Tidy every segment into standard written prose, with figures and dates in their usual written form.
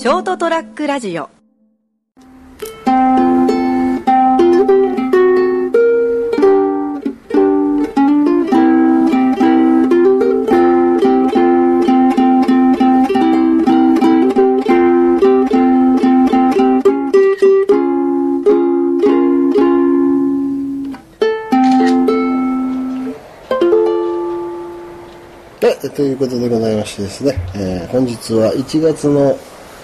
ショートトラックラジオ。 ということでございましてですね、本日は1月の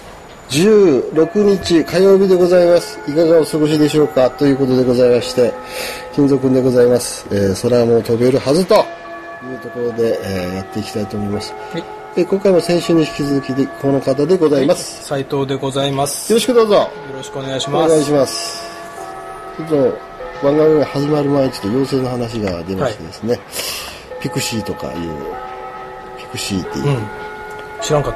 16日火曜日でございます。いかがお過ごしでしょうかということでございまして、金蔵君でございます。空も飛べるはずというところで、やっていきたいと思います。はい、今回も先週に引き続きでこの方でございます。 斉藤でございます。 よろしくどうぞ。よろしくお願いします。 お願いします。ちょっと番組が始まる前にちょっと妖精の話が出ましてですね、はい、ピクシーとかいうピクシーっていう、 知らんかった。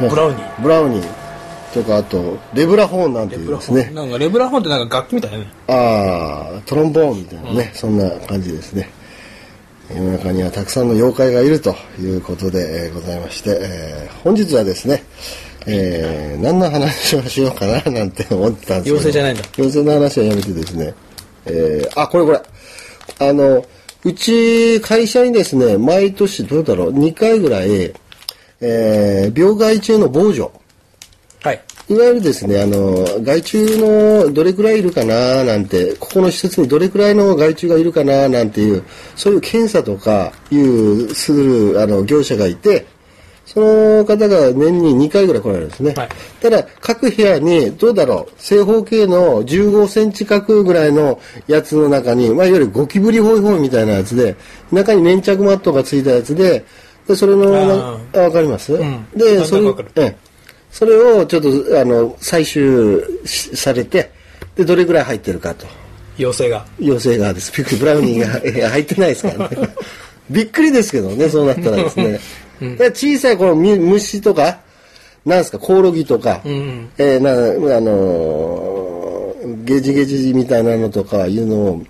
ブラウニーとか、あとレブラホーンなんていうですね、 なんかレブラホーンってなんか楽器みたいなね。 トロンボーンみたいなね、そんな感じですね。世の中にはたくさんの妖怪がいるということで、ございまして、本日はですね、何の話をしようかななんて思ってたんですけど、 妖精じゃないんだ。 妖精の話はやめてですね、これうち会社にですね、毎年どうだろう、2回ぐらい、病害虫の防除、 はい、 いわゆるですね、害虫のどれくらいいるかななんて、ここの施設にどれくらいの害虫がいるかななんていう、そういう検査とかする業者がいて、その方が年に2回ぐらい来られるんですね。はい、ただ、各部屋に、どうだろう、正方形の15センチ角ぐらいのやつの中に、いわゆるゴキブリホイホイみたいなやつで、中に粘着マットがついたやつで、それの、わかります、で、それをちょっと、採集されて、で、どれぐらい入ってるかと。 妖精がです。ブラウニーが入ってないですからね。びっくりですけどね、そうなったらですね。小さいこの虫とか、なんですか、コオロギとか、ゲジゲジみたいなのとかいうのを、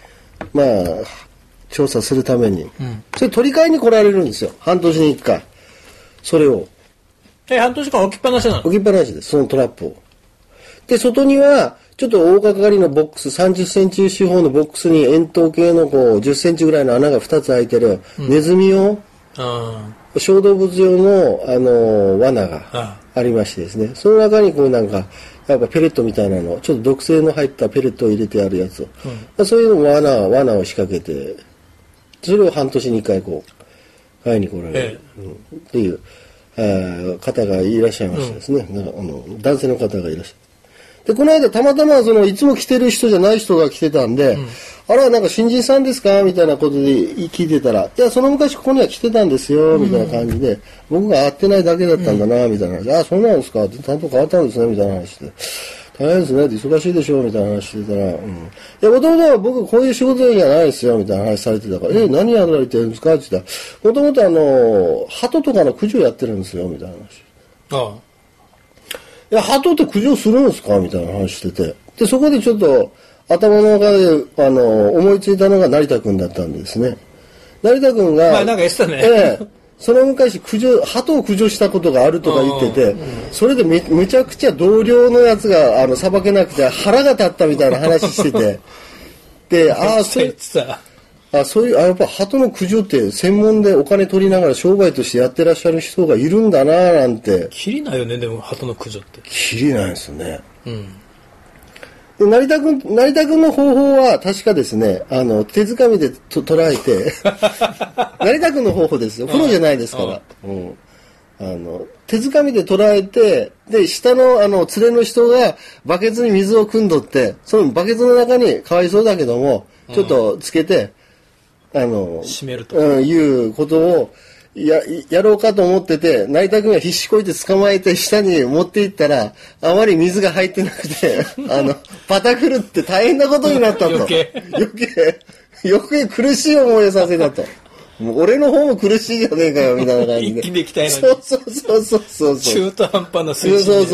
調査するために、それ取り替えに来られるんですよ。半年に1回。それを。 半年間置きっぱなしなの？ 置きっぱなしです、そのトラップを。で、外には、ちょっと大掛かりのボックス、30センチ四方のボックスに円筒形の10センチぐらいの穴が2つ開いてる、ネズミ用、小動物用の、罠がありましてですね、その中にやっぱペレットみたいなの、ちょっと毒性の入ったペレットを入れてあるやつを、そういうのも罠を仕掛けて、それを半年に1回買いに来られる、っていう方がいらっしゃいましてですね、男性の方がいらっしゃる。で、この間たまたまいつも来てる人じゃない人が来てたんで、あら、なんか新人さんですかみたいなことで聞いてたら、いや、その昔ここには来てたんですよ、みたいな感じで、僕が会ってないだけだったんだな、みたいな話。そうなんですかって、担当変わったんですね、みたいな話で。大変ですね、忙しいでしょ、みたいな話してたら、いや、もともとは僕こういう仕事じゃないですよ、みたいな話されてたから、何やられてるんですかって言ったら、もともと鳩とかの駆除やってるんですよ、みたいな話。いや、鳩って駆除するんですかみたいな話してて。で、そこでちょっと、頭の中で、思いついたのが成田くんだったんですね。成田くんが、 なんか言ってたね。 その昔、鳩を駆除したことがあるとか言ってて、それでめちゃくちゃ同僚のやつが、さばけなくて腹が立ったみたいな話してて。で、そういう、やっぱ鳩の駆除って専門でお金取りながら商売としてやってらっしゃる人がいるんだななんて。 きりないよね、でも鳩の駆除って。 きりないですよね。で、成田君の方法は確かですね、手づかみで捉えて、成田君の方法ですよ。プロじゃないですから。手づかみで捉えて、で、下の連れの人がバケツに水を汲んどって、そのバケツの中にかわいそうだけども、ちょっとつけて、 閉めると。 いうことをやろうかと思ってて、成田君が必死こいて捕まえて下に持っていったら、あまり水が入ってなくて、パタクルって大変なことになったと。余計苦しい思いをさせたと。もう俺の方も苦しいじゃねえかよ、みたいな感じで。 一気に行きたいのに。 そう。 中途半端な水準そう。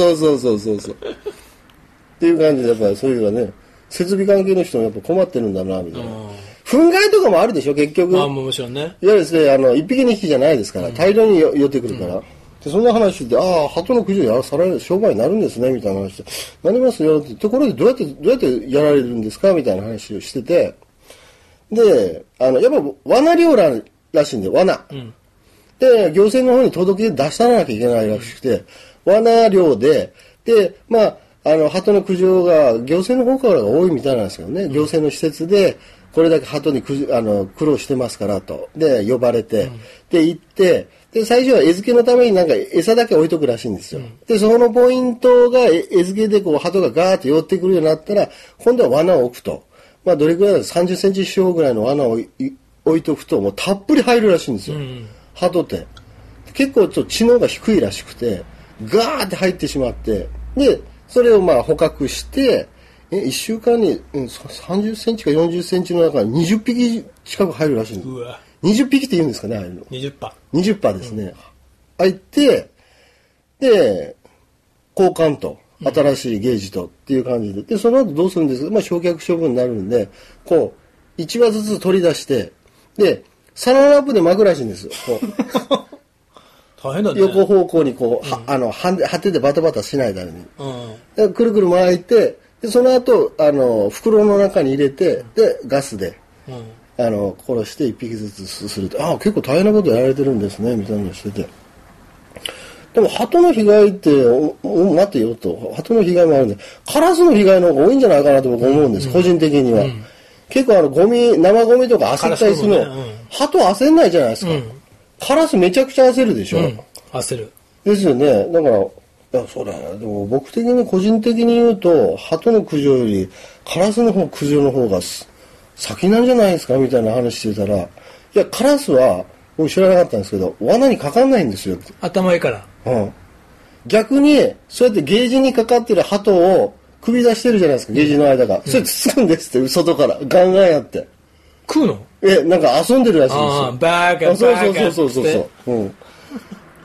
っていう感じで、やっぱりそういうね、設備関係の人もやっぱ困ってるんだな、みたいな。憤慨とかもあるでしょ、結局。 もちろんね。 いわゆるですね、一匹二匹じゃないですから、大量に寄ってくるから。 で、そんな話で、鳩の駆除やらされる商売になるんですね、みたいな話で、なりますよって、ところでどうやってやられるんですかみたいな話をしてて、で、やっぱ罠猟らしいんで、罠。で、行政の方に届け出さなきゃいけないらしくて、罠猟で、で、鳩の駆除が行政の方からが多いみたいなんですけどね、行政の施設で、これだけ鳩に苦労してますからと。で、呼ばれて、で、行って、で、最初は餌付けのためになんか餌だけ置いとくらしいんですよ。で、そのポイントが餌付けでこう鳩がガーッと寄ってくるようになったら、今度は罠を置くと。どれくらいだろう、30センチ四方ぐらいの罠を置いとくと、もうたっぷり入るらしいんですよ。鳩って。結構ちょっと知能が低いらしくて、ガーって入ってしまって、で、それを捕獲して、1週間に30センチか40センチの中に20匹近く入るらしいんです。20匹って言うんですかね、ああいうの。 20羽。 20羽ですね。入って、で、交換と、新しいゲージとっていう感じで。で、その後どうするんですか？焼却処分になるんで、こう、1羽ずつ取り出して、で、サランラップで巻くらしいんですよ。こう大変だね。 横方向にこう、果てでバタバタしないために。でくるくる巻いて、で、その後、袋の中に入れて、で、ガスで、殺して1匹ずつすると、結構大変なことやられてるんですね、みたいなのをしてて。でも、鳩の被害って、待ってよと、鳩の被害もあるんで、カラスの被害の方が多いんじゃないかなと僕思うんです、個人的には。結構生ゴミとか焦ったりするの、鳩焦んないじゃないですか。カラスめちゃくちゃ焦るでしょ。 焦る。 ですよね。だから、そうだよ。でも僕的に個人的に言うと、鳩の駆除よりカラスの駆除の方が先なんじゃないですかみたいな話してたら、いや、カラスは僕知らなかったんですけど、罠にかかんないんですよって。 頭いいから。 逆に、そうやってゲージにかかってる鳩を首出してるじゃないですか、ゲージの間が。それつつくんですって、外から。ガンガンやって。 食うの？ なんか遊んでるらしいんですよ。 バーガー。 そう。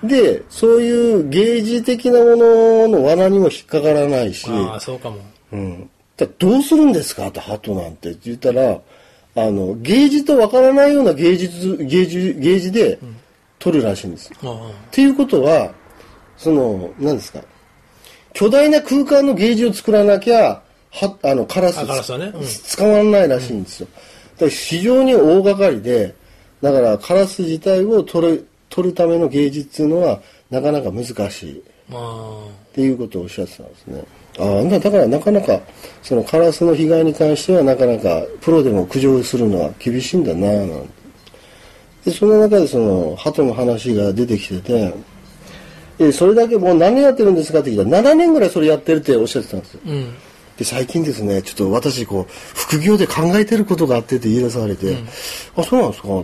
で、そういうゲージ的なものの罠にも引っかからないし。 そうかも。 どうするんですかって、鳩なんてって言ったら、ゲージとわからないようなゲージで取るらしいんですよ。っていうことは、何ですか。巨大な空間のゲージを作らなきゃ、カラスはね、 捕まらないらしいんですよ。だから非常に大掛かりで、だからカラス自体を取るためのゲージっていうのはなかなか難しいっていうことをおっしゃってたんですね。だからなかなかそのカラスの被害に関してはなかなかプロでも駆除するのは厳しいんだなぁなんて。でその中でその鳩の話が出てきてて、それだけもう何年やってるんですかって聞いたら7年ぐらいそれやってるっておっしゃってたんですよ。で最近ですね、ちょっと私副業で考えてることがあってって言い出されて、そうなんですかと思って、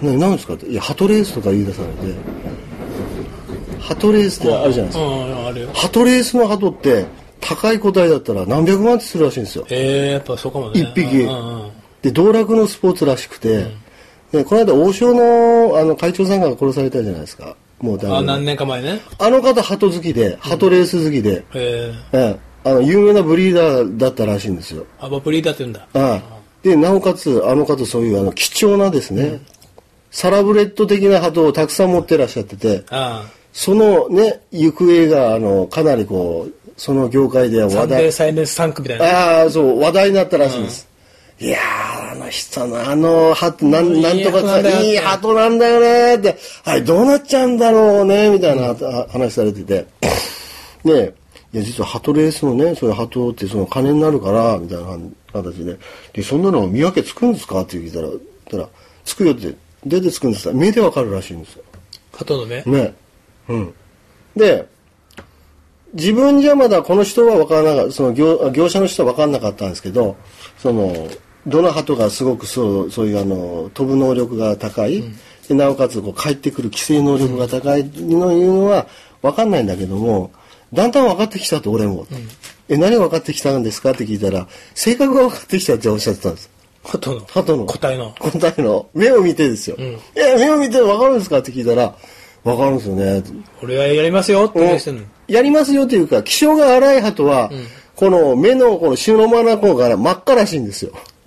何ですかって、いや鳩レースとか言い出されて、鳩レースってあるじゃないですか。鳩レースの鳩って高い個体だったら何百万ってするらしいんですよ。 やっぱそうかもね。 一匹。で道楽のスポーツらしくて、でこの間王将の会長さんが殺されたじゃないですか。もう何年か前ね。 あの方鳩好きで、鳩レース好きで、有名なブリーダーだったらしいんですよ。 ブリーダーって言うんだ。 でなおかつあの方そういう貴重なですね、サラブレッド的な鳩をたくさん持ってらっしゃってて、そのね行方がかなりその業界では話題。サンデーサンクみたいな。 そう話題になったらしいんです。いやー、人の鳩なんとかいい鳩なんだよねって、どうなっちゃうんだろうねみたいな話されてて、ね。いや実は鳩レースのね、そういう鳩って金になるからみたいな形で、そんなの見分けつくんですかって聞いたらつくよって、出てつくんですか、目でわかるらしいんですよ。 鳩の目？ ね。で、自分じゃまだこの人は分からなかった、業者の人は分からなかったんですけど、どの鳩がすごくそういう飛ぶ能力が高い、でなおかつ帰ってくる寄生能力が高いのいうのは分かんないんだけども、だんだん分かってきたと俺も、何が分かってきたんですかって聞いたら、性格が分かってきたっておっしゃってたんです。 鳩の個体の目を見てですよ。目を見て分かるんですかって聞いたら、分かるんですよね。 俺はやりますよって言ってんの。 やりますよというか、気性が荒い鳩は、この目のこのシュノマナコが真っ赤らしいんですよ。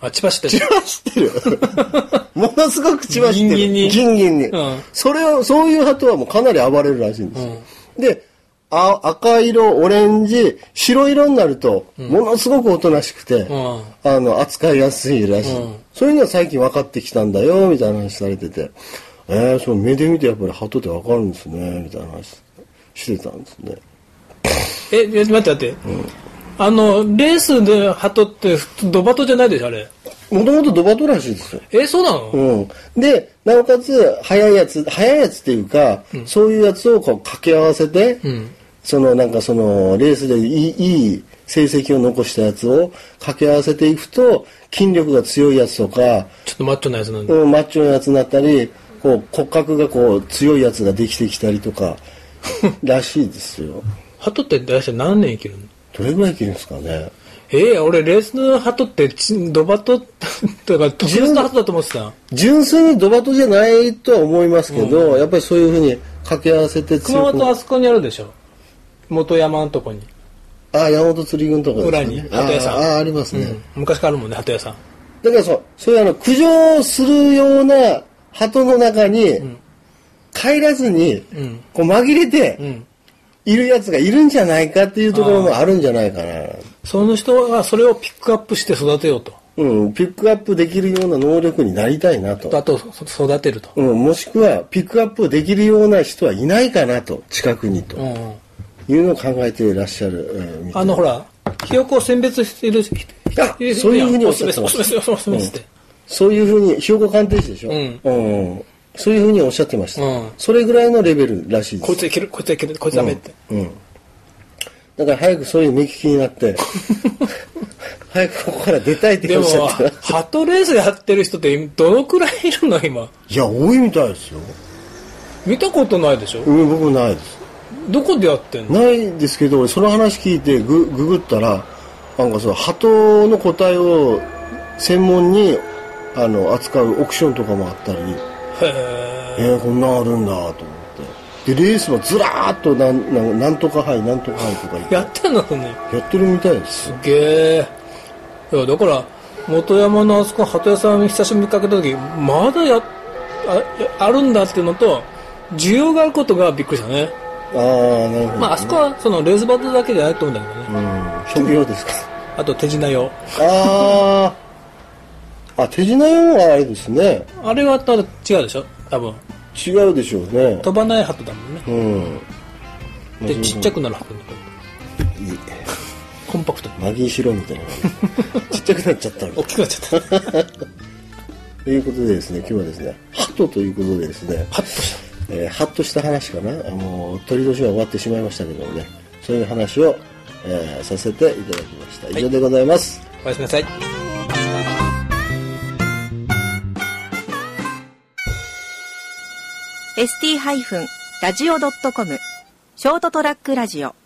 あ、血走ってる。 血走ってる。ものすごく血走ってる。 ギンギンに。 ギンギンに。そういう鳩はもうかなり暴れるらしいんですよ。で、赤色、オレンジ、白色になると、ものすごくおとなしくて、扱いやすいらしい。そういうのは最近分かってきたんだよ、みたいな話されてて、その目で見てやっぱり鳩って分かるんですね、みたいな話してたんですね。 待って。レースで鳩ってドバトじゃないでしょ、あれ。 もともとドバトらしいですよ。 そうなの？ で、なおかつ、早いやつっていうか、そういうやつをこう掛け合わせて、レースでいい成績を残したやつを掛け合わせていくと、筋力が強いやつとか、 ちょっとマッチョなやつなんだ。 マッチョなやつになったり、こう骨格がこう強いやつができてきたりとか、らしいですよ。 鳩って大体何年生きるの？ どれぐらい生きるんですかね。 俺レースの鳩ってドバトとか特別な鳩だと思ってた。 純粋にドバトじゃないとは思いますけど、やっぱりそういうふうに掛け合わせて熊本あそこにあるでしょ。元山のとこに。 山本釣り軍とかですね。 裏に鳩屋さん。 ありますね。 昔からあるもんね、鳩屋さん。 だからそういう駆除するような鳩の中に、帰らずに、こう紛れて、いるやつがいるんじゃないかっていうところもあるんじゃないかな。 その人はそれをピックアップして育てようと。 ピックアップできるような能力になりたいなと。 あと育てると。 もしくはピックアップできるような人はいないかなと、近くにと。いうのを考えていらっしゃる。 ほら、ひよこを選別している人。 そういうふうにおっしゃってます。そういうふうに、ひよこ鑑定士でしょ。そういうふうにおっしゃってました。それぐらいのレベルらしいです。 こいついける、こいついける、こいつダメって。 だから早くそういう目利きになって、早くここから出たいっておっしゃってでも、鳩レースやってる人ってどのくらいいるの今。 いや、多いみたいですよ。 見たことないでしょ？ 僕ないです。 どこでやってんの？ ないですけど、その話聞いてググったら、鳩の個体を専門に扱うオークションとかもあったり、こんなんあるんだと思って。で、レースもずらーっとなんとか杯、なんとか杯とか言って。 やってんのね。 やってるみたいです。 すげえ。いや、だから、元山のあそこ鳩屋さん久しぶりに見かけた時、まだあるんだっていうのと、需要があることがびっくりしたね。 なるほど。 あそこはそのレースバトだけじゃないと思うんだけどね。 職業ですか。 あと手品用。 手品用はあれですね。 あれはただ違うでしょ、多分。 違うでしょうね。 飛ばない鳩だもんね。で、ちっちゃくなる鳩だと。コンパクト。 マギーシロみたいな。ちっちゃくなっちゃった。 大きくなっちゃった。 ということでですね、今日はですね、鳩ということでですね。 ハッとした。 ハッとした話かな。鳥年は終わってしまいましたけどもね、そういう話を、させていただきました。以上でございます。 おやすみなさい。 ST-radio.com ショートトラックラジオ